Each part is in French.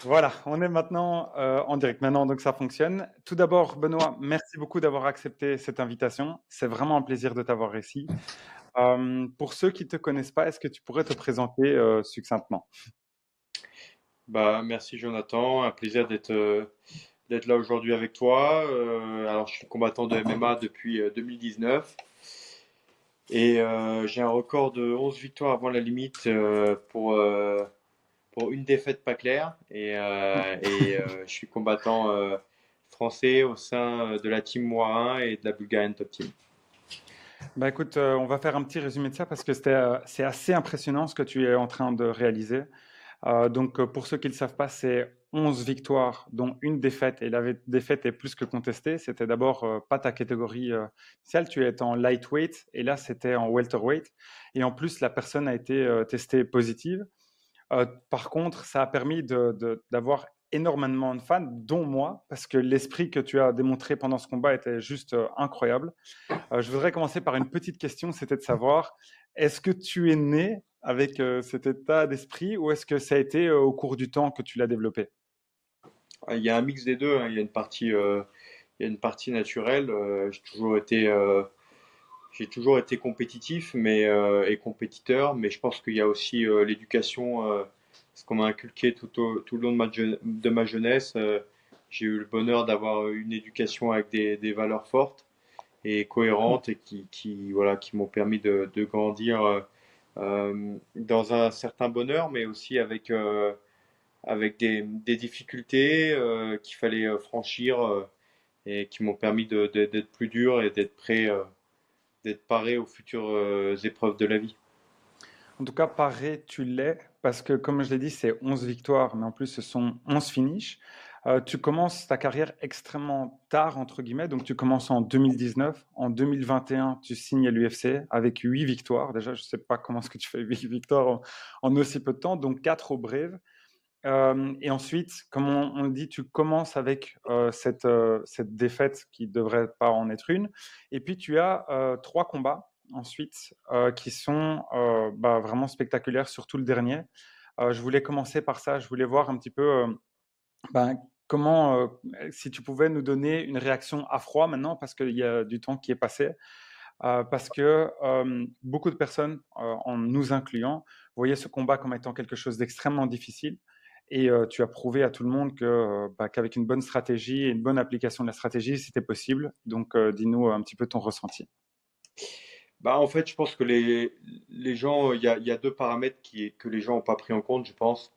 Voilà, on est maintenant en direct maintenant, donc ça fonctionne. Tout d'abord, Benoît, merci beaucoup d'avoir accepté cette invitation. C'est vraiment un plaisir de t'avoir ici. Pour ceux qui ne te connaissent pas, est-ce que tu pourrais te présenter succinctement? Merci Jonathan, un plaisir d'être là aujourd'hui avec toi. Alors je suis combattant de MMA depuis 2019 et j'ai un record de 11 victoires avant la limite pour une défaite pas claire je suis combattant français au sein de la team Moirin et de la Bulgarian Top Team. Bah écoute, on va faire un petit résumé de ça parce que c'est assez impressionnant ce que tu es en train de réaliser. Pour ceux qui ne le savent pas, c'est 11 victoires, dont une défaite. Et défaite est plus que contestée. C'était d'abord pas ta catégorie initiale. Tu es en lightweight et là, c'était en welterweight. Et en plus, la personne a été testée positive. Par contre, ça a permis d'avoir énormément de fans, dont moi, parce que l'esprit que tu as démontré pendant ce combat était juste incroyable. Je voudrais commencer par une petite question, c'était de savoir, est-ce que tu es né avec cet état d'esprit ou est-ce que ça a été au cours du temps que tu l'as développé? Il y a un mix des deux, hein. Il y a une partie naturelle. J'ai toujours été compétitif et compétiteur, mais je pense qu'il y a aussi l'éducation, ce qu'on m'a inculqué tout le long de de ma jeunesse. J'ai eu le bonheur d'avoir une éducation avec des valeurs fortes et cohérentes et voilà, qui m'ont permis de grandir dans un certain bonheur, mais aussi avec des difficultés qu'il fallait franchir et qui m'ont permis d'être plus dur et d'être prêt. D'être paré aux futures épreuves de la vie. En tout cas, pareil, tu l'es, parce que comme je l'ai dit, c'est 11 victoires, mais en plus, ce sont 11 finishes. Tu commences ta carrière extrêmement tard, entre guillemets, donc tu commences en 2019. En 2021, tu signes à l'UFC avec 8 victoires. Déjà, je ne sais pas comment est-ce que tu fais 8 victoires en aussi peu de temps, donc 4 au Brave. Et ensuite, comme on le dit, tu commences avec cette défaite qui devrait pas en être une. Et puis, tu as 3 combats ensuite qui sont vraiment spectaculaires, surtout le dernier. Je voulais commencer par ça. Je voulais voir un petit peu ben, comment, si tu pouvais nous donner une réaction à froid maintenant, parce qu'il y a du temps qui est passé. Parce que beaucoup de personnes, en nous incluant, voyaient ce combat comme étant quelque chose d'extrêmement difficile. Et tu as prouvé à tout le monde qu'avec une bonne stratégie et une bonne application de la stratégie, c'était possible. Donc, dis-nous un petit peu ton ressenti. En fait, je pense que les gens, il y a deux paramètres que les gens n'ont pas pris en compte, je pense.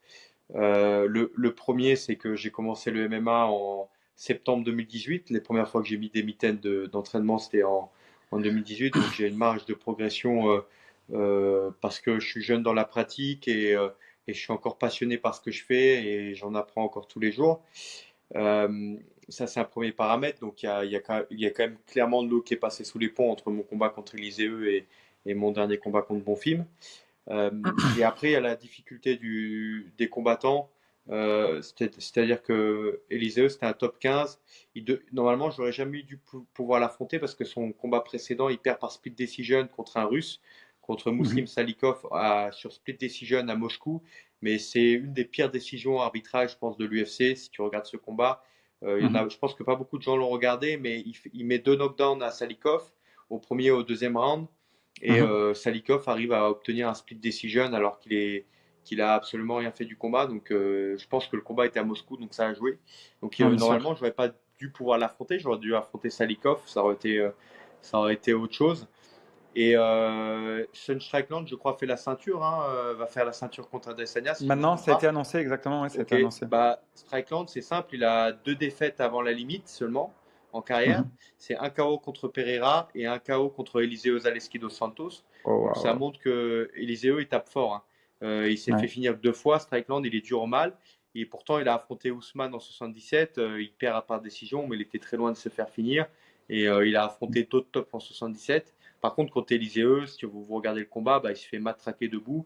Le premier, c'est que j'ai commencé le MMA en septembre 2018. Les premières fois que j'ai mis des mitaines d'entraînement, c'était en 2018. Donc j'ai une marge de progression parce que je suis jeune dans la pratique et je suis encore passionné par ce que je fais et j'en apprends encore tous les jours. Euh, Ça, c'est un premier paramètre. Donc, il y a quand même clairement de l'eau qui est passée sous les ponts entre mon combat contre Élisée et mon dernier combat contre Bonfim. Et après, il y a la difficulté des combattants. C'est-à-dire que Élisée, c'était un top 15. Normalement, j'aurais jamais dû pouvoir l'affronter parce que son combat précédent, il perd par split decision contre un Russe, contre Muslim Mhm. Salikov sur split decision à Moscou. Mais c'est une des pires décisions arbitrage, je pense, de l'UFC. Si tu regardes ce combat, Mhm. je pense que pas beaucoup de gens l'ont regardé, mais il met deux knockdowns à Salikov au premier et au deuxième round. Et Mhm. Salikov arrive à obtenir un split decision alors qu'il a absolument rien fait du combat. Donc je pense que le combat était à Moscou, donc ça a joué. Donc Non, bien normalement, sûr. je n'aurais pas dû pouvoir l'affronter. J'aurais dû affronter Salikov, ça aurait été autre chose. Et Sean Strickland, je crois, fait la ceinture, hein, va faire la ceinture contre Adesanya, si je ne me Maintenant, trompe ça a été pas. annoncé exactement, ouais, ça a été Ok, annoncé. Strickland, c'est simple, il a deux défaites avant la limite seulement en carrière. Mhm. C'est un KO contre Pereira et un KO contre Eliseo Zaleski dos Santos. Oh, Donc ça wow. montre que Eliseo il tape fort, hein. Il s'est fait Ouais. finir deux fois. Strickland, il est dur au mal. Et pourtant, il a affronté Ousmane en 77. Il perd par décision, mais il était très loin de se faire finir. Et il a affronté d'autres top en 77. Par contre, contre Eliseo, si vous regardez le combat, il se fait matraquer debout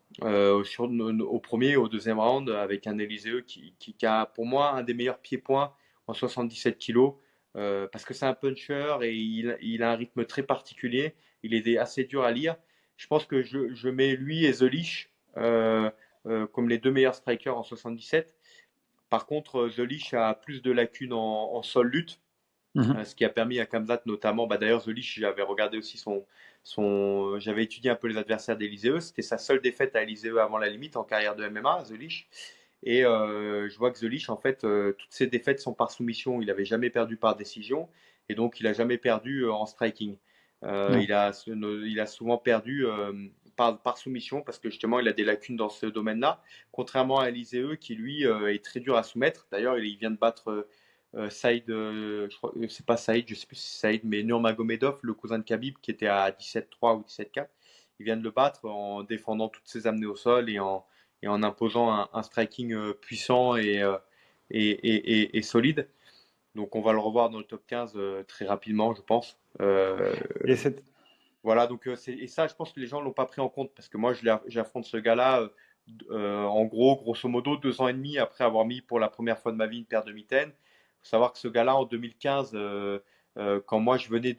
au premier et au deuxième round avec un Élisée qui a pour moi un des meilleurs pieds-points en 77 kilos parce que c'est un puncher et il a un rythme très particulier. Il est assez dur à lire. Je pense que je mets lui et The Leash comme les deux meilleurs strikers en 77. Par contre, The Leash a plus de lacunes en sol lutte. Mhm. Ce qui a permis à Khamzat notamment, bah d'ailleurs The Leash, j'avais regardé aussi j'avais étudié un peu les adversaires d'Elysée. C'était sa seule défaite à Elysée avant la limite en carrière de MMA, The Leash. Et je vois que The Leash, en fait, toutes ses défaites sont par soumission. Il n'avait jamais perdu par décision et donc il n'a jamais perdu en striking. Ouais. Il a souvent perdu par soumission parce que justement il a des lacunes dans ce domaine-là. Contrairement à Elysée qui lui est très dur à soumettre. D'ailleurs, il vient de battre Saïd, je crois, c'est pas Saïd, je sais plus si c'est Saïd, mais Nurmagomedov, le cousin de Khabib, qui était à 17-3 ou 17-4, il vient de le battre en défendant toutes ses amenées au sol et en imposant un striking puissant et solide. Donc on va le revoir dans le top 15 très rapidement, je pense. Et c'est Voilà, donc et ça, je pense que les gens ne l'ont pas pris en compte parce que moi, j'affronte ce gars-là, en gros, grosso modo, 2 ans et demi après avoir mis pour la première fois de ma vie une paire de mitaines. Il faut savoir que ce gars-là, en 2015, quand moi je venais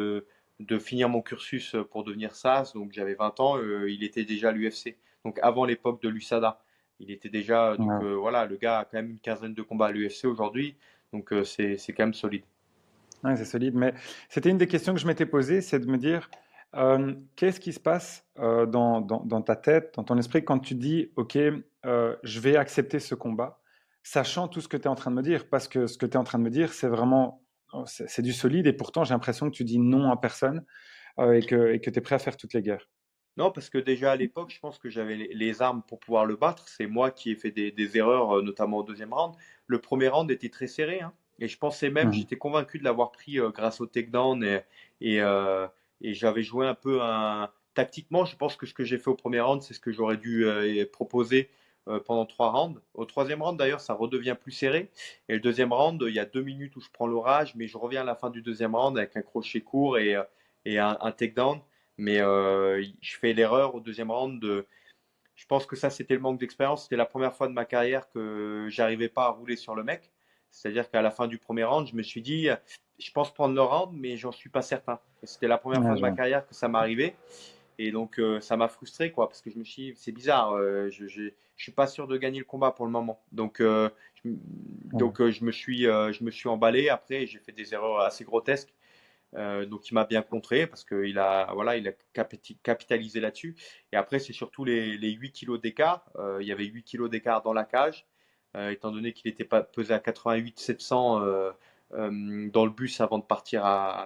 de finir mon cursus pour devenir SAS, donc j'avais 20 ans, il était déjà à l'UFC. Donc avant l'époque de l'USADA. Il était déjà, donc ouais. voilà, le gars a quand même une quinzaine de combats à l'UFC aujourd'hui, donc c'est quand même solide. Ouais, c'est solide. Mais c'était une des questions que je m'étais posée, c'est de me dire, qu'est-ce qui se passe dans ta tête, dans ton esprit, quand tu dis, OK, je vais accepter ce combat, sachant tout ce que tu es en train de me dire, parce que ce que tu es en train de me dire, c'est vraiment, c'est du solide, et pourtant j'ai l'impression que tu dis non à personne, et que tu es prêt à faire toutes les guerres. Non, parce que déjà à l'époque, je pense que j'avais les armes pour pouvoir le battre. C'est moi qui ai fait des erreurs, notamment au deuxième round. Le premier round était très serré, hein. Et je pensais même, Mhm. j'étais convaincu de l'avoir pris grâce au takedown et, euh, et j'avais joué un peu un... Tactiquement, je pense que ce que j'ai fait au premier round, c'est ce que j'aurais dû proposer pendant 3 rounds. Au troisième round, d'ailleurs, ça redevient plus serré. Et le deuxième round, il y a 2 minutes où je prends l'orage, mais je reviens à la fin du deuxième round avec un crochet court et un takedown. Mais je fais l'erreur au deuxième round de. Je pense que ça, c'était le manque d'expérience. C'était la première fois de ma carrière que j'arrivais pas à rouler sur le mec. C'est-à-dire qu'à la fin du premier round, je me suis dit, je pense prendre le round, mais j'en suis pas certain. Et c'était la première fois Ouais, de je ma vois. carrière que ça m'arrivait. Et donc, ça m'a frustré, quoi, parce que je me suis dit, c'est bizarre, je suis pas sûr de gagner le combat pour le moment. Donc, Ouais. je me suis emballé. Après, j'ai fait des erreurs assez grotesques. Donc il m'a bien contré parce qu'il a, voilà, il a capitalisé là-dessus. Et après, c'est surtout les 8 kilos d'écart. Il y avait 8 kilos d'écart dans la cage, étant donné qu'il était pas pesé à 88 700 dans le bus avant de partir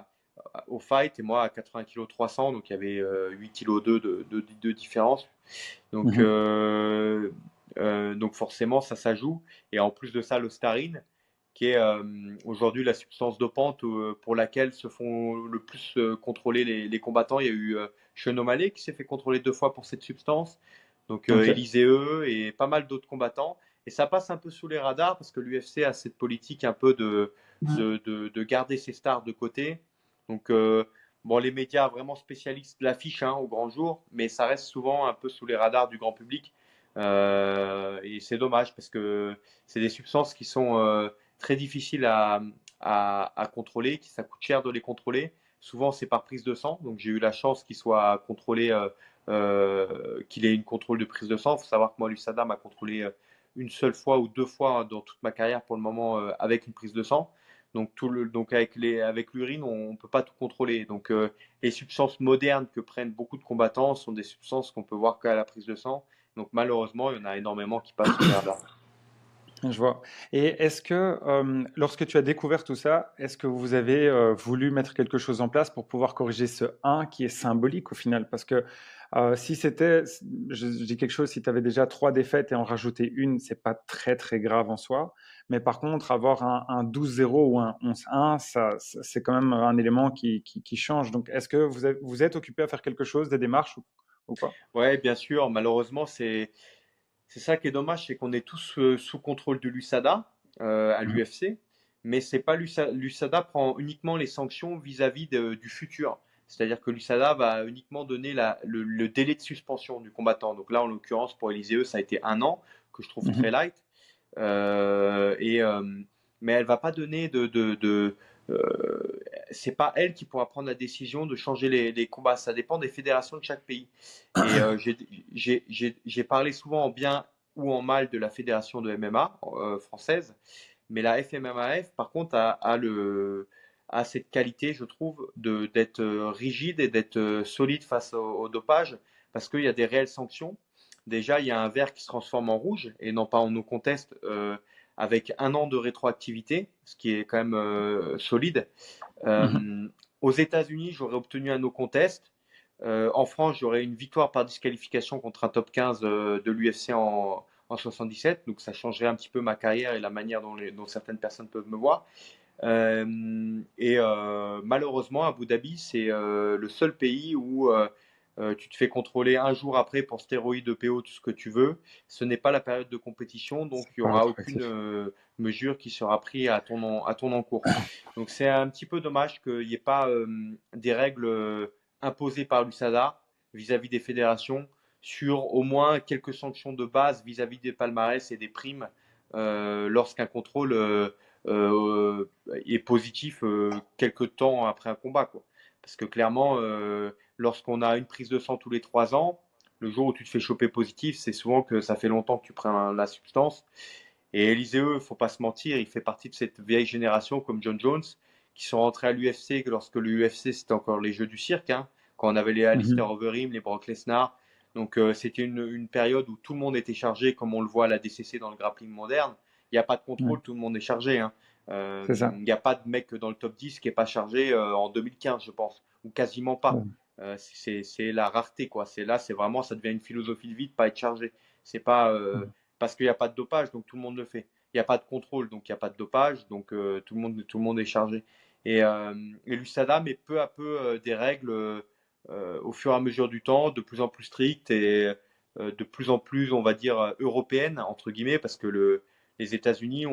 au fight, et moi à 80 kg 300, donc il y avait 8 kg 2 de différence. Donc, Mhm. donc forcément, ça joue. Et en plus de ça, le starine, qui est aujourd'hui la substance dopante pour laquelle se font le plus contrôler les combattants. Il y a eu Sean O'Malley qui s'est fait contrôler 2 fois pour cette substance. Donc Ok. Élisée et pas mal d'autres combattants. Et ça passe un peu sous les radars parce que l'UFC a cette politique un peu de garder ses stars de côté. Donc bon, les médias vraiment spécialistes l'affichent au grand jour, mais ça reste souvent un peu sous les radars du grand public. Et c'est dommage parce que c'est des substances qui sont très difficiles à contrôler, qui ça coûte cher de les contrôler. Souvent, c'est par prise de sang. Donc, j'ai eu la chance qu'il soit contrôlé, qu'il ait une contrôle de prise de sang. Il faut savoir que moi, l'USADA m'a contrôlé une seule fois ou 2 fois dans toute ma carrière pour le moment avec une prise de sang. Donc, donc avec l'urine, on ne peut pas tout contrôler. Donc, les substances modernes que prennent beaucoup de combattants sont des substances qu'on peut voir qu'à la prise de sang. Donc, malheureusement, il y en a énormément qui passent sous les radars. Je vois. Et est-ce que, lorsque tu as découvert tout ça, est-ce que vous avez voulu mettre quelque chose en place pour pouvoir corriger ce un qui est symbolique au final? Parce que si c'était, je dis quelque chose, si tu avais déjà 3 défaites et en rajouter une, c'est pas très très grave en soi. Mais par contre, avoir un 12-0 ou un 11-1, c'est quand même un élément qui change. Donc, est-ce que vous êtes occupé à faire quelque chose, des démarches ou quoi? Ouais, bien sûr. Malheureusement, c'est ça qui est dommage, c'est qu'on est tous sous contrôle de l'USADA à Mhm. l'UFC, mais c'est pas l'USADA prend uniquement les sanctions vis-à-vis du futur. C'est-à-dire que l'USADA va uniquement donner le délai de suspension du combattant. Donc là, en l'occurrence, pour Élisée, ça a été 1 an, que je trouve très Mhm. light. Euh, et, euh, mais elle va pas donner c'est pas elle qui pourra prendre la décision de changer les combats. Ça dépend des fédérations de chaque pays. Et j'ai parlé souvent en bien ou en mal de la fédération de MMA française. Mais la FMMAF, par contre, a cette qualité, je trouve, d'être rigide et d'être solide face au dopage, parce qu'il y a des réelles sanctions. Déjà, il y a un vert qui se transforme en rouge, et non pas en no contest, avec un an de rétroactivité, ce qui est quand même solide. Mhm. Aux États-Unis, j'aurais obtenu un no contest. En France, j'aurais une victoire par disqualification contre un top 15 de l'UFC en 77. Donc, ça changerait un petit peu ma carrière et la manière dont certaines personnes peuvent me voir. Malheureusement, Abu Dhabi, c'est le seul pays où tu te fais contrôler un jour après pour stéroïdes, EPO, tout ce que tu veux. Ce n'est pas la période de compétition, donc C'est il n'y pas aura aucune attractif. mesure qui sera prise à ton encours. Donc c'est un petit peu dommage qu'il n'y ait pas des règles imposées par l'USADA vis-à-vis des fédérations sur au moins quelques sanctions de base vis-à-vis des palmarès et des primes lorsqu'un contrôle est positif quelques temps après un combat, quoi. Parce que clairement, lorsqu'on a une prise de sang tous les 3 ans, le jour où tu te fais choper positif, c'est souvent que ça fait longtemps que tu prends la substance. Et Eliseu, faut pas se mentir, il fait partie de cette vieille génération comme John Jones, qui sont rentrés à l'UFC lorsque l'UFC c'était encore les jeux du cirque, hein, quand on avait les Alistair Mhm. Overeem, les Brock Lesnar. Donc c'était une période où tout le monde était chargé, comme on le voit à la DCC dans le grappling moderne. Il n'y a pas de Ouais, contrôle, tout le monde est chargé, hein. c'est ça. Il n'y a pas de mec dans le top 10 qui n'est pas chargé en 2015, je pense, ou quasiment pas. Ouais. C'est la rareté, quoi. C'est là, c'est vraiment, ça devient une philosophie de vie de pas être chargé. C'est pas parce qu'il n'y a pas de dopage, donc tout le monde le fait. Il n'y a pas de contrôle, donc il n'y a pas de dopage, donc tout le monde est chargé. Et l'USADA met peu à peu des règles au fur et à mesure du temps, de plus en plus strictes et de plus en plus, on va dire, européennes, entre guillemets, parce que les États-Unis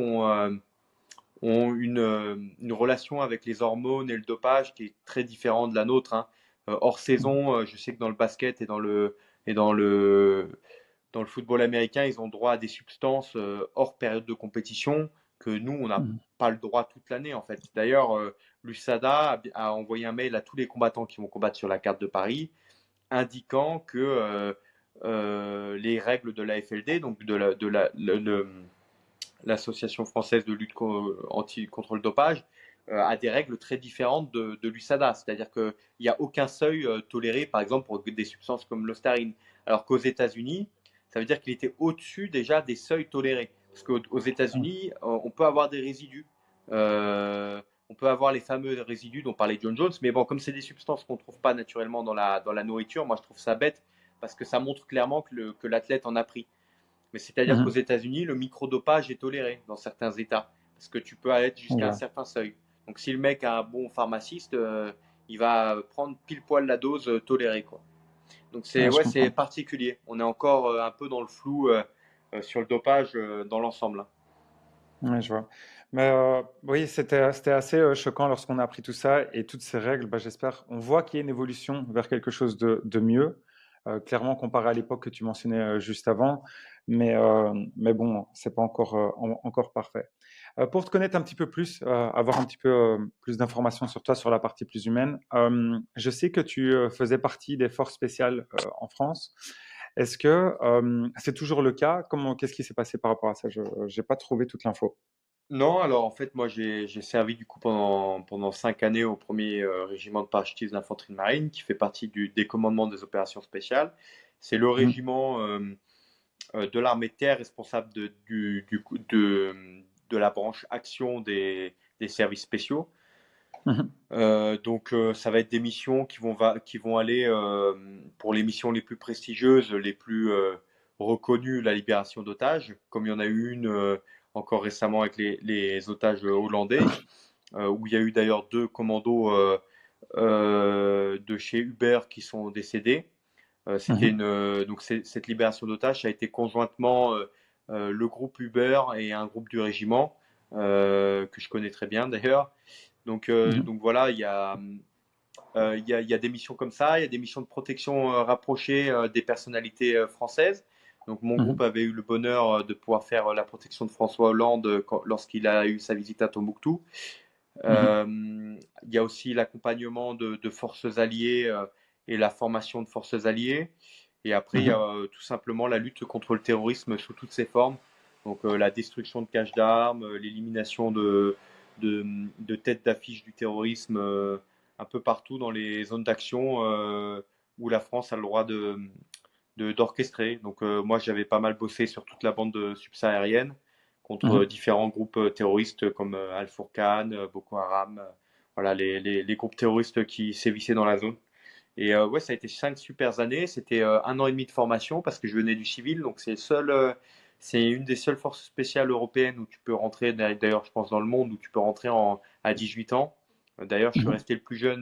ont une relation avec les hormones et le dopage qui est très différent de la nôtre, hein. Hors Mhm. saison, je sais que dans le basket et dans le football américain, ils ont droit à des substances hors période de compétition que nous, on n'a Mhm. pas le droit toute l'année en fait. D'ailleurs, l'USADA a envoyé un mail à tous les combattants qui vont combattre sur la carte de Paris, indiquant que les règles de la FLD, donc l'Association française de lutte contre le dopage, a des règles très différentes de l'USADA. C'est-à-dire qu'il n'y a aucun seuil toléré, par exemple, pour des substances comme l'ostarine. Alors qu'aux États-Unis, ça veut dire qu'il était au-dessus déjà des seuils tolérés. Parce qu'aux États-Unis, on peut avoir des résidus. On peut avoir les fameux résidus dont parlait John Jones, mais bon, comme c'est des substances qu'on ne trouve pas naturellement dans la nourriture, moi je trouve ça bête parce que ça montre clairement que l'athlète en a pris. Mais c'est-à-dire qu'aux Mhm. États-Unis, le microdopage est toléré dans certains États, parce que tu peux aller jusqu'à un Ouais. certain seuil. Donc si le mec a un bon pharmaciste, il va prendre pile poil la dose tolérée, quoi. Donc c'est Ouais, je ouais, c'est comprends. particulier. On est encore un peu dans le flou sur le dopage dans l'ensemble, hein. Ouais, je vois. Mais oui, c'était assez choquant lorsqu'on a appris tout ça et toutes ces règles. Bah, j'espère, on voit qu'il y a une évolution vers quelque chose de mieux, clairement comparé à l'époque que tu mentionnais juste avant. Mais bon, c'est pas encore, encore parfait. Pour te connaître un petit peu plus, avoir un petit peu plus d'informations sur toi, sur la partie plus humaine, je sais que tu faisais partie des forces spéciales en France. Est-ce que c'est toujours le cas? Qu'est-ce qui s'est passé par rapport à ça? Je n'ai pas trouvé toute l'info. Non, alors en fait, moi j'ai servi du coup pendant 5 années au premier régiment de parachutistes d'infanterie de marine qui fait partie des commandements des opérations spéciales. C'est le Mhm, régiment de l'armée de terre responsable de la branche action des services spéciaux. mhm, Donc ça va être des missions qui vont aller pour les missions les plus prestigieuses, les plus reconnues, la libération d'otages, comme il y en a eu une encore récemment avec les otages hollandais, où il y a eu d'ailleurs 2 commandos de chez Uber qui sont décédés. mhm, Donc cette libération d'otages a été conjointement le groupe Uber et un groupe du régiment que je connais très bien d'ailleurs. mhm, Donc voilà, il y a des missions comme ça, il y a des missions de protection rapprochées des personnalités françaises. Donc mon groupe mhm, avait eu le bonheur de pouvoir faire la protection de François Hollande lorsqu'il a eu sa visite à Tombouctou. mhm, Il y a aussi l'accompagnement de forces alliées et la formation de forces alliées. Et après, il y a Mhm. tout simplement la lutte contre le terrorisme sous toutes ses formes. Donc la destruction de caches d'armes, l'élimination de, de têtes d'affiche du terrorisme un peu partout dans les zones d'action où la France a le droit d'orchestrer. Donc moi, j'avais pas mal bossé sur toute la bande subsaharienne contre Mhm. différents groupes terroristes comme Al-Fourqan, Boko Haram, voilà les groupes terroristes qui sévissaient dans la zone. Et ouais, ça a été 5 super années. C'était 1 an et demi de formation parce que je venais du civil. Donc c'est une des seules forces spéciales européennes où tu peux rentrer, d'ailleurs, je pense dans le monde, où tu peux rentrer à 18 ans. D'ailleurs, je suis Mhm. resté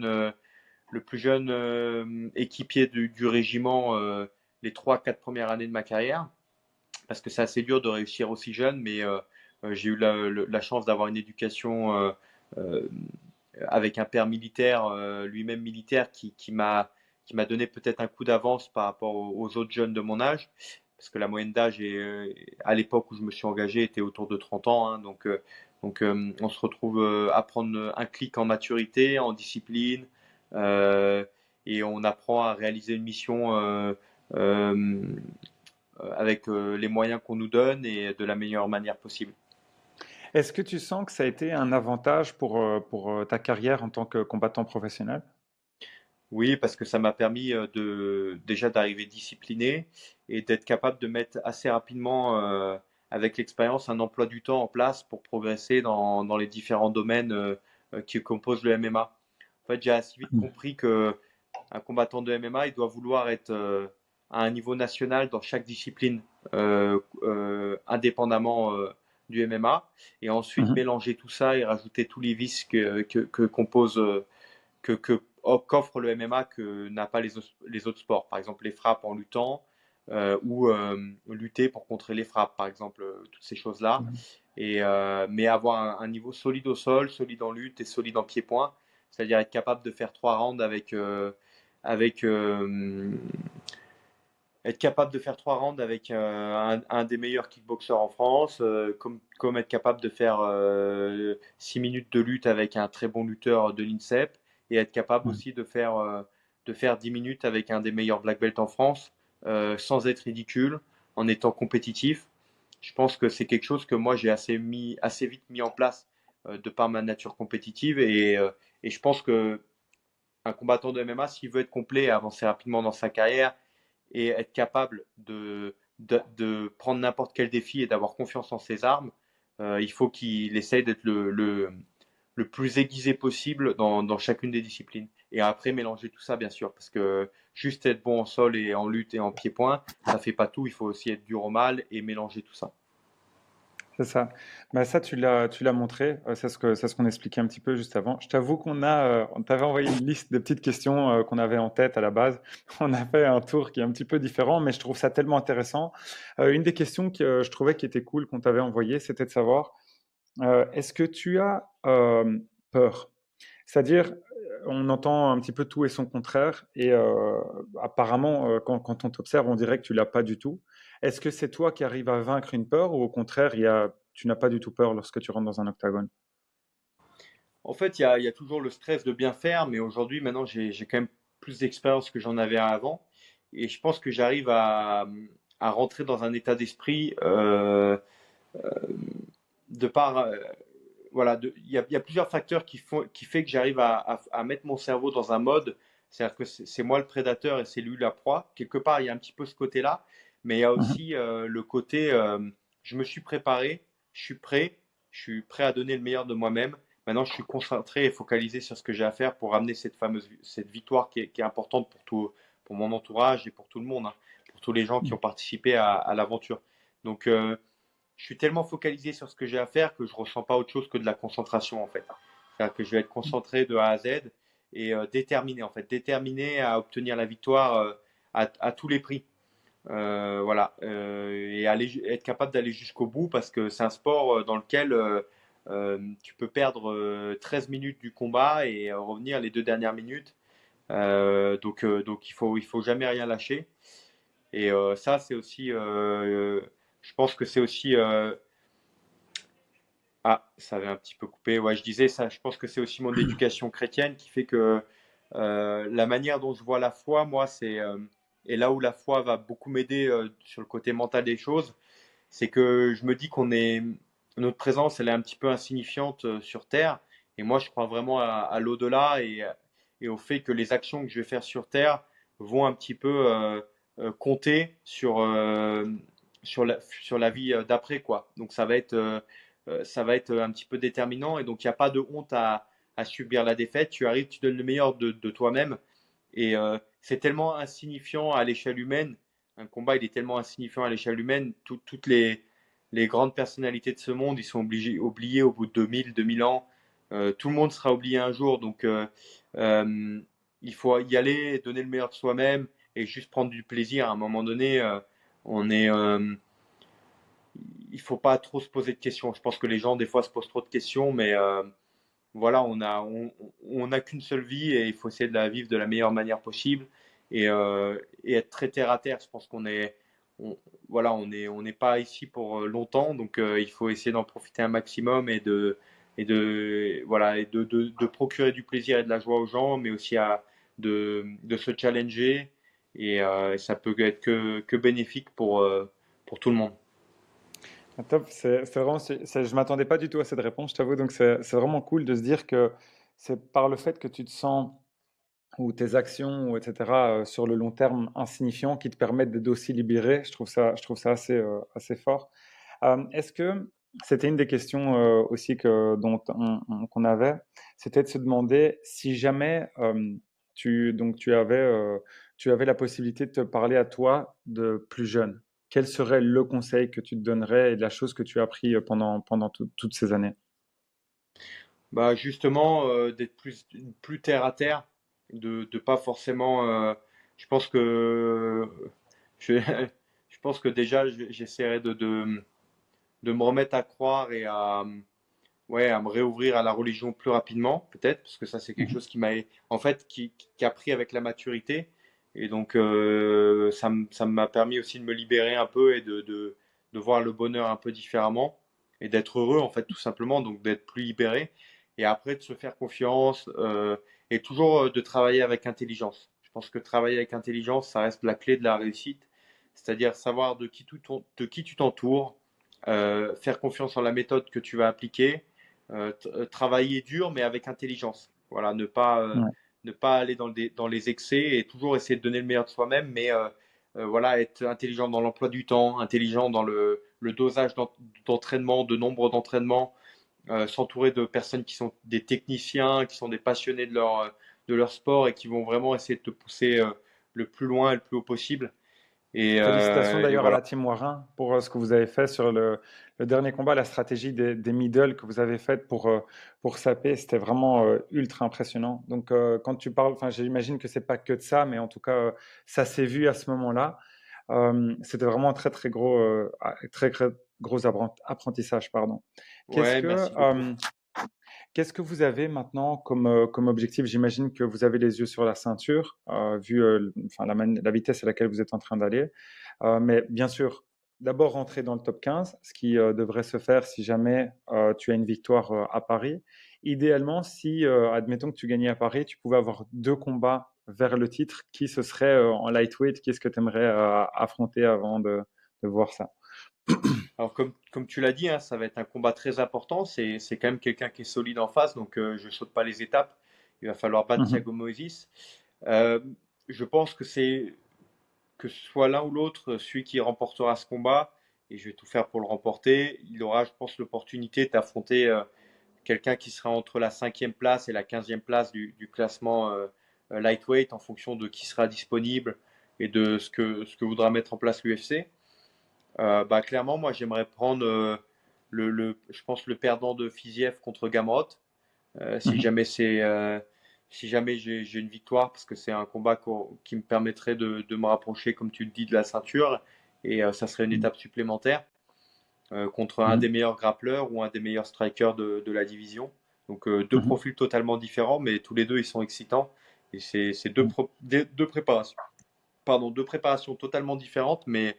le plus jeune équipier du régiment les 3, 4 premières années de ma carrière parce que c'est assez dur de réussir aussi jeune, mais j'ai eu la chance d'avoir une éducation euh, avec un père militaire, lui-même militaire, qui m'a donné peut-être un coup d'avance par rapport aux autres jeunes de mon âge, parce que la moyenne d'âge à l'époque où je me suis engagé était autour de 30 ans, hein, donc on se retrouve à prendre un clic en maturité, en discipline, euh, et on apprend à réaliser une mission euh, avec les moyens qu'on nous donne et de la meilleure manière possible. Est-ce que tu sens que ça a été un avantage pour ta carrière en tant que combattant professionnel? Oui, parce que ça m'a permis déjà d'arriver discipliné et d'être capable de mettre assez rapidement, avec l'expérience, un emploi du temps en place pour progresser dans les différents domaines qui composent le MMA. En fait, j'ai assez vite compris que un combattant de MMA, il doit vouloir être à un niveau national dans chaque discipline, indépendamment du MMA, et ensuite Mhm. mélanger tout ça et rajouter tous les vices que compose qu'offre le MMA que n'a pas les autres sports. Par exemple, les frappes en luttant ou lutter pour contrer les frappes, par exemple, toutes ces choses-là. Mais avoir un niveau solide au sol, solide en lutte et solide en pied-point, c'est-à-dire être capable de faire 3 rounds avec être capable de faire 3 rounds avec un des meilleurs kickboxers en France, comme être capable de faire 6 minutes de lutte avec un très bon lutteur de l'INSEP, et être capable Mhm. aussi de faire 10 minutes avec un des meilleurs black belts en France, sans être ridicule, en étant compétitif. Je pense que c'est quelque chose que moi j'ai assez vite mis en place de par ma nature compétitive, et je pense que un combattant de MMA, s'il veut être complet et avancer rapidement dans sa carrière, et être capable de prendre n'importe quel défi et d'avoir confiance en ses armes, il faut qu'il essaye d'être le plus aiguisé possible dans chacune des disciplines. Et après, mélanger tout ça, bien sûr, parce que juste être bon en sol et en lutte et en pied-point, ça fait pas tout. Il faut aussi être dur au mal et mélanger tout ça. C'est ça. Bah, ça, tu l'as montré. C'est ce qu'on expliquait un petit peu juste avant. Je t'avoue on t'avait envoyé une liste de petites questions qu'on avait en tête à la base. On a fait un tour qui est un petit peu différent, mais je trouve ça tellement intéressant. Une des questions que je trouvais qui était cool qu'on t'avait envoyé, c'était de savoir est-ce que tu as peur? C'est-à-dire, on entend un petit peu tout et son contraire, et apparemment, quand on t'observe, on dirait que tu l'as pas du tout. Est-ce que c'est toi qui arrives à vaincre une peur, ou au contraire, tu n'as pas du tout peur lorsque tu rentres dans un octagone? En fait, il y a toujours le stress de bien faire, mais aujourd'hui, maintenant, j'ai quand même plus d'expérience que j'en avais avant. Et je pense que j'arrive à rentrer dans un état d'esprit de par voilà, il y a plusieurs facteurs qui fait que j'arrive à mettre mon cerveau dans un mode, c'est-à-dire que c'est moi le prédateur et c'est lui la proie. Quelque part, il y a un petit peu ce côté-là, mais il y a Mhm. aussi le côté, je me suis préparé, je suis prêt à donner le meilleur de moi-même. Maintenant, je suis concentré et focalisé sur ce que j'ai à faire pour ramener cette victoire qui est importante pour mon entourage et pour tout le monde, hein, pour tous les gens qui ont participé à l'aventure. Donc, je suis tellement focalisé sur ce que j'ai à faire que je ne ressens pas autre chose que de la concentration en fait. C'est-à-dire que je vais être concentré de A à Z et déterminé en fait, déterminé à obtenir la victoire à tous les prix. Voilà, et être capable d'aller jusqu'au bout parce que c'est un sport dans lequel tu peux perdre 13 minutes du combat et revenir les 2 dernières minutes. Donc il faut jamais rien lâcher. Et ça, c'est aussi, je pense que c'est aussi ah, ça avait un petit peu coupé. Ouais, je disais ça. Je pense que c'est aussi mon éducation chrétienne qui fait que la manière dont je vois la foi, moi, c'est et là où la foi va beaucoup m'aider sur le côté mental des choses, c'est que je me dis notre présence, elle est un petit peu insignifiante sur Terre. Et moi, je crois vraiment à l'au-delà et au fait que les actions que je vais faire sur Terre vont un petit peu compter sur la vie d'après, quoi. Donc, ça va être un petit peu déterminant. Et donc, il n'y a pas de honte à subir la défaite. Tu arrives, tu donnes le meilleur de toi-même. Et c'est tellement insignifiant à l'échelle humaine. Un combat, il est tellement insignifiant à l'échelle humaine. Toutes les grandes personnalités de ce monde, ils sont oubliés au bout de 2000, 2000 ans. Tout le monde sera oublié un jour. Donc, euh, il faut y aller, donner le meilleur de soi-même et juste prendre du plaisir. À un moment donné, on est, il faut pas trop se poser de questions. Je pense que les gens, des fois, se posent trop de questions, mais voilà, on a qu'une seule vie et il faut essayer de la vivre de la meilleure manière possible et être très terre à terre. Je pense on, voilà, on n'est pas ici pour longtemps, donc il faut essayer d'en profiter un maximum voilà, de procurer du plaisir et de la joie aux gens, mais aussi de se challenger et ça peut être que bénéfique pour tout le monde. Ah, top, c'est vraiment, je m'attendais pas du tout à cette réponse, je t'avoue, donc c'est vraiment cool de se dire que c'est par le fait que tu te sens ou tes actions, ou etc., sur le long terme insignifiants qui te permettent d'être aussi libéré. Je trouve ça assez, assez fort. Est-ce que c'était une des questions aussi qu'on avait, c'était de se demander si jamais tu avais la possibilité de te parler à toi de plus jeune. Quel serait le conseil que tu te donnerais et la chose que tu as appris pendant toutes ces années? Bah justement, d'être plus terre à terre, de pas forcément. Je pense que je, je pense que déjà j'essaierai de me remettre à croire et ouais, à me réouvrir à la religion plus rapidement, peut-être, parce que ça c'est quelque Mhm. chose qui m'a en fait qui a pris avec la maturité et donc ça m'a permis aussi de me libérer un peu et de voir le bonheur un peu différemment et d'être heureux en fait tout simplement, donc d'être plus libéré et après de se faire confiance et toujours de travailler avec intelligence. Je pense que travailler avec intelligence, ça reste la clé de la réussite, c'est-à-dire savoir de qui tu t'entoures, faire confiance en la méthode que tu vas appliquer, travailler dur mais avec intelligence. Voilà, Ouais. ne pas aller dans les excès et toujours essayer de donner le meilleur de soi-même, mais voilà, être intelligent dans l'emploi du temps, intelligent dans le dosage d'entraînement, de nombre d'entraînements, s'entourer de personnes qui sont des techniciens, qui sont des passionnés de leur sport et qui vont vraiment essayer de te pousser le plus loin et le plus haut possible. Félicitations Et d'ailleurs à voilà. la team Warin pour ce que vous avez fait sur le dernier combat, la stratégie des middle que vous avez faite pour saper, c'était vraiment ultra impressionnant. Donc quand tu parles, enfin j'imagine que c'est pas que de ça, mais en tout cas ça s'est vu à ce moment-là. C'était vraiment un très gros apprentissage, pardon. Qu'est-ce Ouais, que merci beaucoup. Qu'est-ce que vous avez maintenant comme objectif? J'imagine que vous avez les yeux sur la ceinture, vu enfin, la vitesse à laquelle vous êtes en train d'aller. Mais bien sûr, d'abord rentrer dans le top 15, ce qui devrait se faire si jamais tu as une victoire à Paris. Idéalement, si, admettons que tu gagnais à Paris, tu pouvais avoir deux combats vers le titre, qui ce serait en lightweight? Qui est-ce que tu aimerais affronter avant de voir ça? Alors, comme tu l'as dit, hein, ça va être un combat très important. C'est quand même quelqu'un qui est solide en face, donc je ne saute pas les étapes. Il va falloir battre Mhm, Thiago Moises. Euh, je pense que ce soit l'un ou l'autre, celui qui remportera ce combat, et je vais tout faire pour le remporter, il aura, je pense, l'opportunité d'affronter quelqu'un qui sera entre la cinquième place et la 15e place du classement lightweight en fonction de qui sera disponible et de ce que voudra mettre en place l'UFC. Bah, clairement, moi, j'aimerais prendre je pense, le perdant de Fiziev contre Gamrot. Si mhm, jamais si jamais j'ai une victoire, parce que c'est un combat qui me permettrait de me rapprocher, comme tu le dis, de la ceinture, et ça serait une étape supplémentaire contre un des mhm, meilleurs grappleurs ou un des meilleurs strikers de la division. Donc deux mhm, profils totalement différents, mais tous les deux ils sont excitants. Et c'est mhm. deux préparations, pardon, deux préparations totalement différentes, mais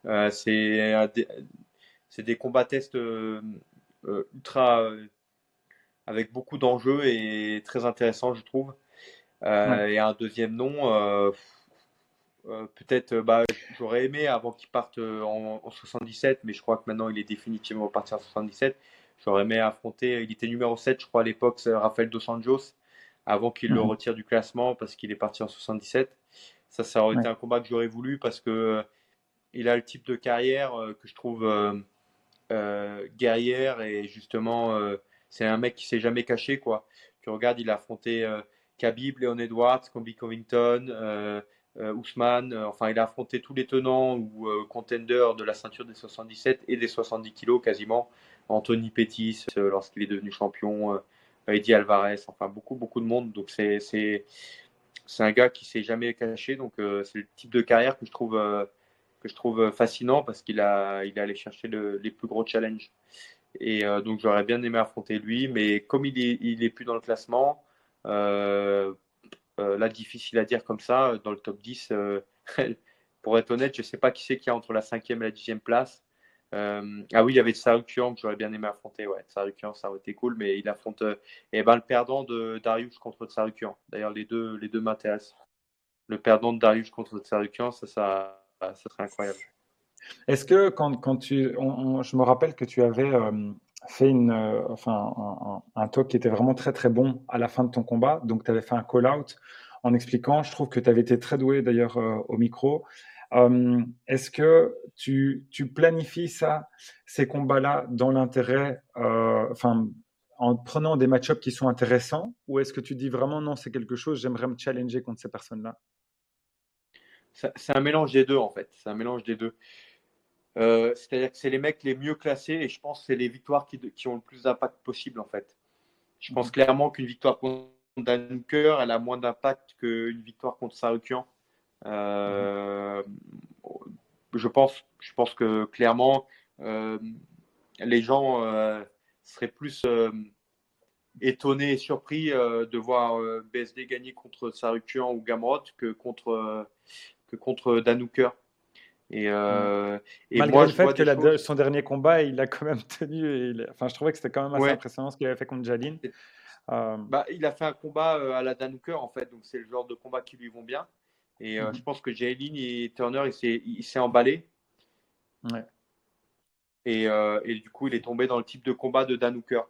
c'est des combats tests ultra avec beaucoup d'enjeux et très intéressants, je trouve. Ouais. Et un deuxième nom, Peut-être, j'aurais aimé avant qu'il parte en 77, mais je crois que maintenant il est définitivement parti en 77. J'aurais aimé affronter, il était numéro 7, je crois, à l'époque, c'est Rafael Dos Anjos, avant qu'il le Mhm. retire du classement parce qu'il est parti en 77. Ça aurait été Ouais. un combat que j'aurais voulu parce que il a le type de carrière que je trouve guerrière et justement, c'est un mec qui s'est jamais caché, quoi. Tu regardes, il a affronté Khabib, Leon Edwards, Colby Covington, Ousmane, enfin, il a affronté tous les tenants ou contenders de la ceinture des 77 et des 70 kilos quasiment. Anthony Pettis, lorsqu'il est devenu champion, Eddie Alvarez, enfin, beaucoup, beaucoup de monde. Donc, c'est un gars qui s'est jamais caché. Donc, c'est le type de carrière que je trouve fascinant parce il est allé chercher les plus gros challenges. Et donc j'aurais bien aimé affronter lui, mais comme il est plus dans le classement, euh, là difficile à dire comme ça, dans le top 10, pour être honnête, je ne sais pas qui c'est qui a entre la cinquième et la dixième place. Ah oui, il y avait Sarukian que j'aurais bien aimé affronter. Ouais, Sarukian, ça aurait été cool, mais il affronte le perdant de Darius contre Sarukian. D'ailleurs, les deux m'intéressent. Le perdant de Darius contre Sarukian, ça serait incroyable. Est-ce que quand je me rappelle que tu avais fait enfin, un talk qui était vraiment très très bon à la fin de ton combat, donc tu avais fait un call-out en expliquant, je trouve que tu avais été très doué d'ailleurs au micro. Est-ce que tu planifies ça, ces combats-là, dans l'intérêt, enfin, en prenant des match-ups qui sont intéressants, ou est-ce que tu dis vraiment non, c'est quelque chose, j'aimerais me challenger contre ces personnes-là? C'est un mélange des deux en fait. C'est un mélange des deux. C'est-à-dire que c'est les mecs les mieux classés et je pense que c'est les victoires qui ont le plus d'impact possible en fait. Je pense Mhm. clairement qu'une victoire contre Dan Hooker, elle a moins d'impact qu'une victoire contre Sarukian. Mhm. Euh, je pense que clairement, euh, les gens seraient plus étonnés et surpris de voir BSD gagner contre Sarukian ou Gamrot que contre Dan Hooker. Et, Ouais. euh, et Malgré moi, le je vois fait que des choses. son dernier combat, il a quand même tenu. Enfin, je trouvais que c'était quand même assez Ouais, impressionnant ce qu'il avait fait contre Jalin. Euh, il a fait un combat à la Dan Hooker, en fait, donc c'est le genre de combat qui lui vont bien. Et je mhm. pense que Jaylin et Turner, il s'est emballé. Ouais. Et du coup, il est tombé dans le type de combat de Dan Hooker.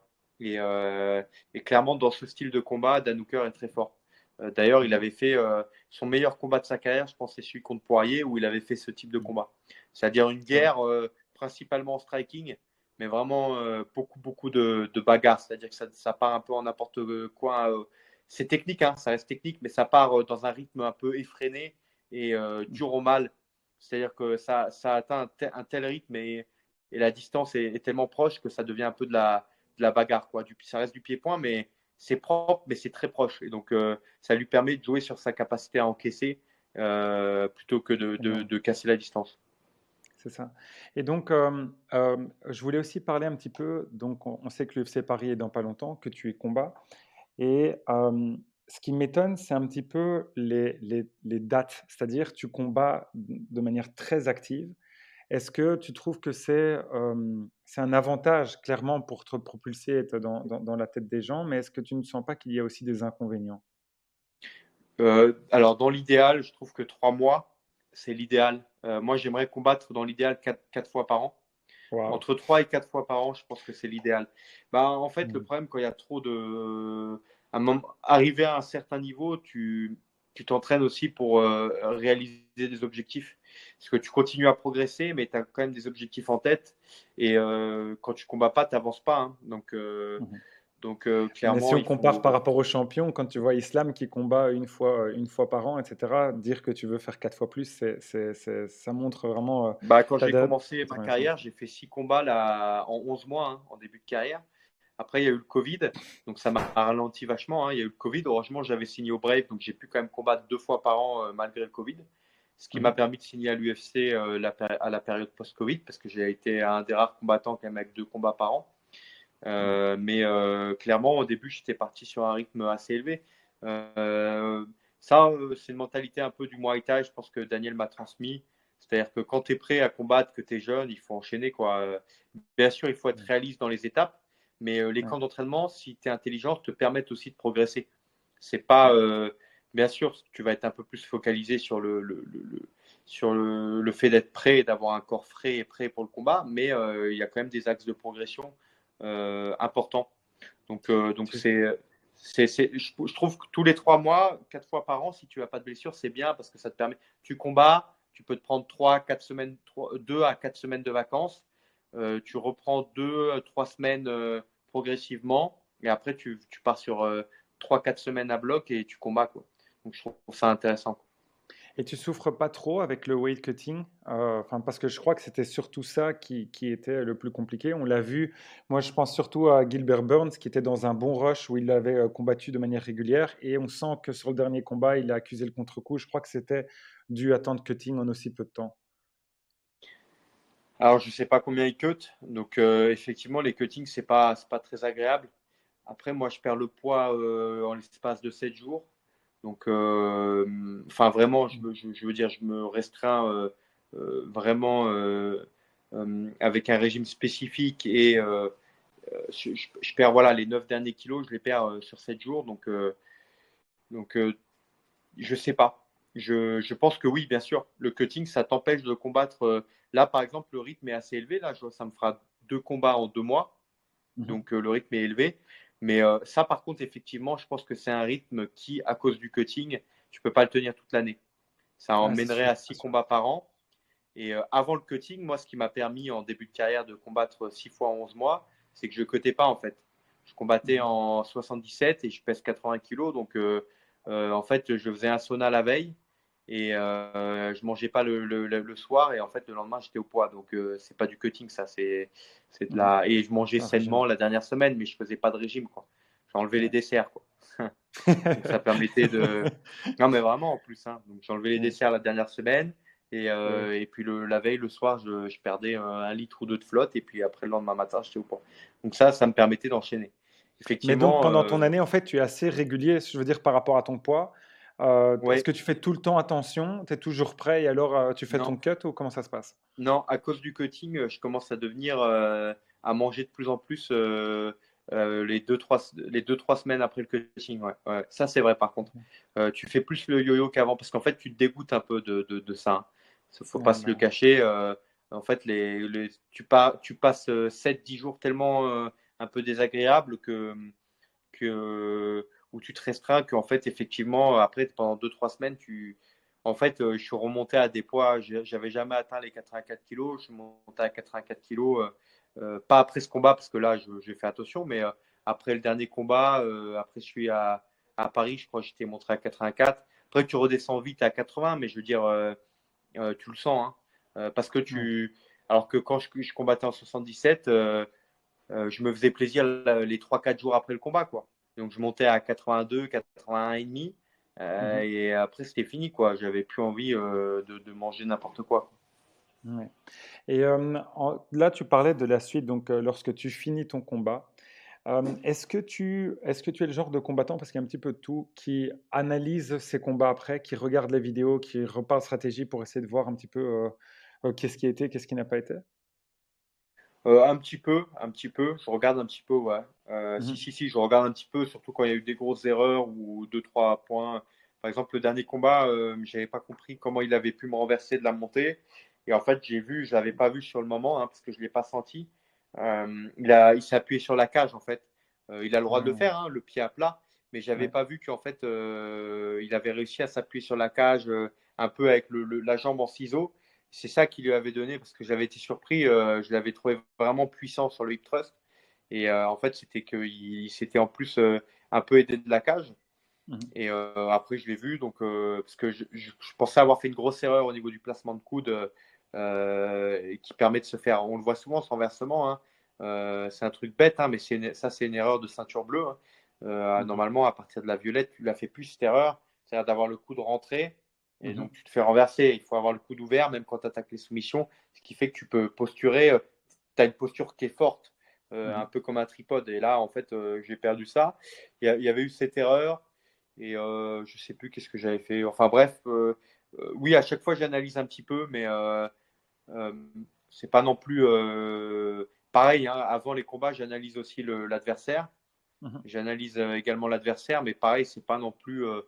Et clairement, dans ce style de combat, Dan Hooker est très fort. D'ailleurs, il Mhm. avait fait son meilleur combat de sa carrière, je pense, c'est celui contre Poirier, où il avait fait ce type de combat. C'est-à-dire une C'est vrai. guerre principalement en striking, mais vraiment beaucoup, beaucoup de bagarres. C'est-à-dire que ça part un peu en n'importe quoi. C'est technique, hein, ça reste technique, mais ça part dans un rythme un peu effréné et dur au mal. C'est-à-dire que ça atteint un tel rythme et la distance est tellement proche que ça devient un peu de la bagarre, quoi. Ça reste du pied-point, mais c'est propre, mais c'est très proche. Et donc, ça lui permet de jouer sur sa capacité à encaisser plutôt que de, C'est de- bien. de casser la distance. C'est ça. Et donc, je voulais aussi parler un petit peu. Donc, on sait que l'UFC Paris est dans pas longtemps, que tu es combat. Et ce qui m'étonne, c'est un petit peu les dates. C'est-à-dire, tu combats de manière très active. Est-ce que tu trouves que c'est un avantage, clairement, pour te propulser, être dans la tête des gens, mais est-ce que tu ne sens pas qu'il y a aussi des inconvénients? Alors, dans l'idéal, je trouve que 3 mois, c'est l'idéal. Moi, j'aimerais combattre dans l'idéal 4 fois par an. Waouh. Entre 3 et 4 fois par an, je pense que c'est l'idéal. En fait, le Mm. problème, quand il y a trop arriver à un certain niveau, tu t'entraînes aussi pour réaliser des objectifs. Parce que tu continues à progresser, mais tu as quand même des objectifs en tête. Et quand tu combats pas, tu n'avances pas, hein. Mhm. Donc Mais si clairement, on il compare par faut. rapport aux champions, quand tu vois Islam qui combat une fois par an, etc., dire que tu veux faire 4 fois plus, ça montre vraiment Quand ta j'ai commencé ma détermination. carrière, j'ai fait 6 combats là, en 11 mois, hein, en début de carrière. Après, il y a eu le Covid, donc ça m'a ralenti vachement, hein. Il y a eu le Covid. Heureusement, j'avais signé au Brave, donc j'ai pu quand même combattre 2 fois par an malgré le Covid. Ce qui m'a Mhm. permis de signer à l'UFC à la période post-Covid, parce que j'ai été un des rares combattants quand même avec 2 combats par an. Ouais. Mais clairement, au début, j'étais parti sur un rythme assez élevé. Ça, c'est une mentalité un peu du Muay Thai, je pense que Daniel m'a transmis. C'est-à-dire que quand tu es prêt à combattre, que tu es jeune, il faut enchaîner, quoi. Bien sûr, il faut être réaliste dans les étapes, mais les Ouais. camps d'entraînement, si tu es intelligent, te permettent aussi de progresser. C'est pas, Ouais. bien sûr, tu vas être un peu plus focalisé sur sur le fait d'être prêt et d'avoir un corps frais et prêt pour le combat, mais il y a quand même des axes de progression importants. Donc Tu- je trouve que tous les 3 mois, 4 fois par an, si tu n'as pas de blessure, c'est bien parce que ça te permet. Tu combats, tu peux te prendre 3 à 4 semaines, 2 à 4 semaines de vacances. Tu reprends 2 à 3 semaines progressivement et après tu pars sur 3 à 4 semaines à bloc et tu combats, quoi. Donc je trouve ça intéressant. Et tu souffres pas trop avec le weight cutting? Enfin, parce que je crois que c'était surtout ça qui était le plus compliqué. On l'a vu, moi je pense surtout à Gilbert Burns qui était dans un bon rush où il avait combattu de manière régulière et on sent que sur le dernier combat, il a accusé le contre-coup. Je crois que c'était dû à tant de cutting en aussi peu de temps. Alors je sais pas combien ils cut, donc effectivement les cuttings c'est pas très agréable. Après moi je perds le poids en l'espace de 7 jours. Donc, enfin, vraiment, je veux dire, je me restreins vraiment avec un régime spécifique et je perds voilà, les 9 derniers kilos, je les perds sur 7 jours. Donc je sais pas. Je pense que oui, bien sûr. Le cutting, ça t'empêche de combattre. Là, par exemple, le rythme est assez élevé. Là, ça me fera 2 combats en 2 mois. Mhm. Donc, le rythme est élevé. Mais ça, par contre, effectivement, je pense que c'est un rythme qui, à cause du cutting, tu peux pas le tenir toute l'année. Ça Ah, c'est emmènerait sûr, à c'est 6 sûr. combats par an. Et avant le cutting, moi, ce qui m'a permis en début de carrière de combattre 6 fois en 11 mois, c'est que je ne cutais pas en fait. Je combattais Mhm. en 77 et je pèse 80 kilos. Donc, en fait, je faisais un sauna la veille et je mangeais pas le soir. Et en fait, le lendemain, j'étais au poids. Donc, c'est pas du cutting, ça. C'est de Mhm. la. Et je mangeais C'est un régime. sainement la dernière semaine, mais je faisais pas de régime, quoi. J'ai enlevé les Ouais. desserts, quoi. Donc ça permettait de. Non, mais vraiment en plus. Hein. Donc j'ai enlevé les Ouais. desserts la dernière semaine. Ouais. Et puis la veille, le soir, je perdais 1 litre ou 2 de flotte. Et puis après, le lendemain matin, j'étais au point. Donc ça me permettait d'enchaîner. Mais donc, Effectivement, pendant ton année, en fait, tu es assez régulier, je veux dire, par rapport à ton poids. Est-ce ouais, que tu fais tout le temps attention? Tu es toujours prêt et alors tu fais non, ton cut ou comment ça se passe? non, à cause du cutting, je commence à devenir à manger de plus en plus les 2, 3 semaines après le cutting. Ouais, ouais. Ça, c'est vrai par contre. Tu fais plus le yo-yo qu'avant parce qu'en fait, tu te dégoûtes un peu de ça. Hein. Faut pas Ouais, se le bah, cacher. En fait, tu passes 7, 10 jours tellement un peu désagréables où tu te restreins, qu'en fait, effectivement, après, pendant 2, 3 semaines, en fait, je suis remonté à des poids, j'avais jamais atteint les 84 kilos, je suis monté à 84 kilos, pas après ce combat, parce que là, j'ai fait attention, mais après le dernier combat, après, je suis à Paris, je crois que j'étais monté à 84. Après, tu redescends vite à 80, mais je veux dire, tu le sens, hein. Parce que ouais. alors que quand je combattais en 77, je me faisais plaisir les 3, 4 jours après le combat, quoi. Donc je montais à 82, 81 et demi, Mhm. et après c'était fini, quoi. J'avais plus envie de manger n'importe quoi. Ouais. Et là, tu parlais de la suite, donc lorsque tu finis ton combat, est-ce que tu es le genre de combattant, parce qu'il y a un petit peu de tout, qui analyse ses combats après, qui regarde les vidéos, qui repart stratégie pour essayer de voir un petit peu qu'est-ce qui a été, qu'est-ce qui n'a pas été? Un petit peu, je regarde un petit peu, ouais. Mhm. Si, je regarde un petit peu, surtout quand il y a eu des grosses erreurs ou 2, 3 points. Par exemple, le dernier combat, j'avais pas compris comment il avait pu me renverser de la montée. Et en fait, je l'avais pas vu sur le moment, hein, parce que je l'ai pas senti. Il s'est appuyé sur la cage, en fait. Il a le droit de le Ah, faire, hein, le pied à plat, mais j'avais ouais. pas vu qu'en fait, il avait réussi à s'appuyer sur la cage un peu avec la jambe en ciseau. C'est ça qui lui avait donné, parce que j'avais été surpris, je l'avais trouvé vraiment puissant sur le hip thrust. Et en fait, c'était qu'il s'était en plus un peu aidé de la cage. Mhm. Et après, je l'ai vu, donc, parce que je pensais avoir fait une grosse erreur au niveau du placement de coude qui permet de se faire. On le voit souvent, ce renversement. Hein. C'est un truc bête, hein, mais ça, c'est une erreur de ceinture bleue. Hein. Mhm. Normalement, à partir de la violette, tu l'as fait plus cette erreur, c'est-à-dire d'avoir le coude rentré. Et Mhm. donc, tu te fais renverser. Il faut avoir le coude ouvert, même quand tu attaques les soumissions, ce qui fait que tu peux posturer. Tu as une posture qui est forte, un Mhm. peu comme un tripode. Et là, en fait, j'ai perdu ça. Il y avait eu cette erreur. Et je sais plus qu'est-ce que j'avais fait. Enfin bref, oui, à chaque fois j'analyse un petit peu, mais euh, c'est pas non plus pareil. Hein, avant les combats, j'analyse aussi l'adversaire. Mhm. J'analyse également l'adversaire, mais pareil, c'est pas non plus.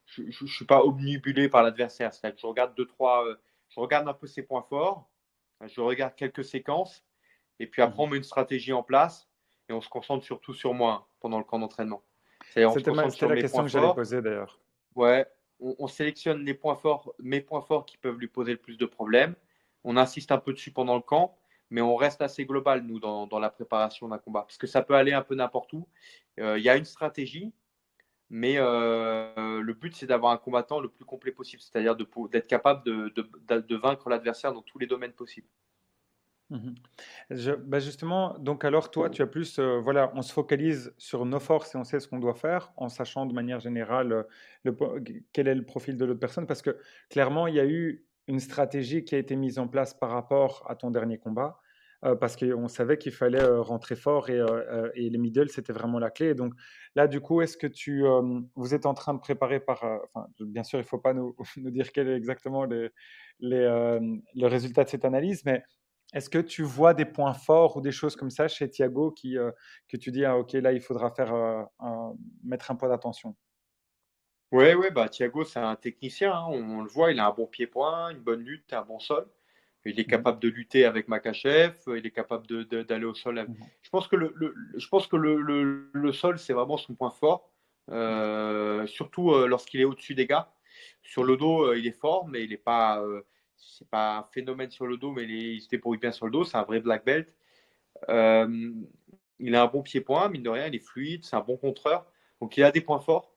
je suis pas obnubilé par l'adversaire. C'est-à-dire que je regarde je regarde un peu ses points forts, je regarde quelques séquences, et puis après, on Mhm. met une stratégie en place et on se concentre surtout sur moi pendant le camp d'entraînement. C'est-à-dire, on se concentre C'était sur la mes question points que j'allais forts. poser d'ailleurs. Ouais, on sélectionne les points forts, mes points forts qui peuvent lui poser le plus de problèmes. On insiste un peu dessus pendant le camp, mais on reste assez global, nous, dans la préparation d'un combat. Parce que ça peut aller un peu n'importe où. Il y a une stratégie, mais le but, c'est d'avoir un combattant le plus complet possible, c'est-à-dire d'être capable de vaincre l'adversaire dans tous les domaines possibles. Mhm. Bah justement, donc alors toi, tu as plus, voilà, on se focalise sur nos forces et on sait ce qu'on doit faire en sachant de manière générale quel est le profil de l'autre personne parce que clairement, il y a eu une stratégie qui a été mise en place par rapport à ton dernier combat parce qu'on savait qu'il fallait rentrer fort et les middle, c'était vraiment la clé. Et donc là, du coup, est-ce que vous êtes en train de préparer enfin, bien sûr, il ne faut pas nous, nous dire quel est exactement le résultat de cette analyse, mais est-ce que tu vois des points forts ou des choses comme ça chez Thiago que tu dis, ah, ok, là, il faudra mettre un point d'attention? Ouais, ouais, bah Thiago, c'est un technicien, hein, on le voit, il a un bon pied-point, une bonne lutte, un bon sol. Il est Mhm, capable de lutter avec Makachev, il est capable d'aller au sol. mhm, Je pense que je pense que le sol, c'est vraiment son point fort, surtout lorsqu'il est au-dessus des gars. Sur le dos, il est fort, mais il n'est pas, c'est pas un phénomène sur le dos, mais il se débrouille bien sur le dos. C'est un vrai black belt. Euh, il a un bon pied-point, mine de rien, il est fluide, c'est un bon contreur. Donc il a des points forts.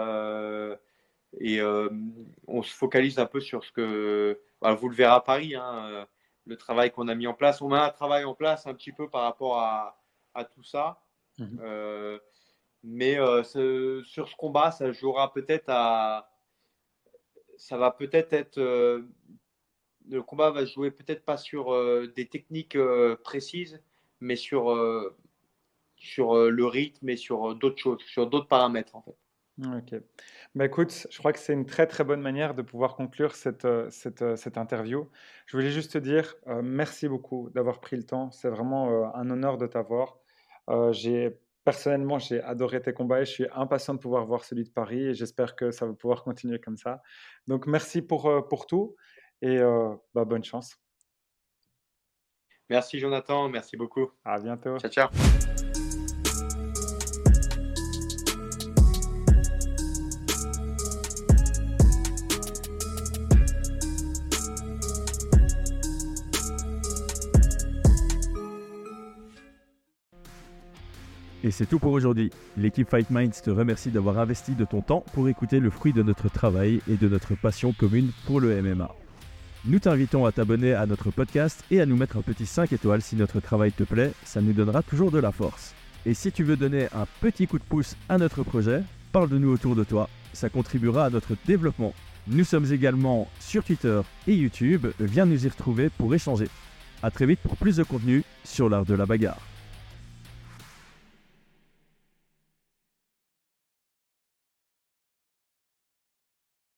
Et on se focalise un peu sur ce que. Bah, vous le verrez à Paris, hein, le travail qu'on a mis en place. On a un travail en place un petit peu par rapport à tout ça. mhm. Euh, mais sur ce combat, ça jouera peut-être à. Ça va peut-être être. Le combat va jouer peut-être pas sur des techniques précises, mais sur le rythme et sur d'autres choses, sur d'autres paramètres en fait. Ok. Bah, écoute, je crois que c'est une très très bonne manière de pouvoir conclure cette interview. Je voulais juste te dire merci beaucoup d'avoir pris le temps. C'est vraiment un honneur de t'avoir. Personnellement, j'ai adoré tes combats et je suis impatient de pouvoir voir celui de Paris et j'espère que ça va pouvoir continuer comme ça. Donc merci pour tout et bah, bonne chance. Merci Jonathan, merci beaucoup. À bientôt. Ciao, ciao. Et c'est tout pour aujourd'hui. L'équipe Fight Minds te remercie d'avoir investi de ton temps pour écouter le fruit de notre travail et de notre passion commune pour le MMA. Nous t'invitons à t'abonner à notre podcast et à nous mettre un petit 5 étoiles si notre travail te plaît, ça nous donnera toujours de la force. Et si tu veux donner un petit coup de pouce à notre projet, parle de nous autour de toi, ça contribuera à notre développement. Nous sommes également sur Twitter et YouTube, viens nous y retrouver pour échanger. A très vite pour plus de contenu sur l'art de la bagarre.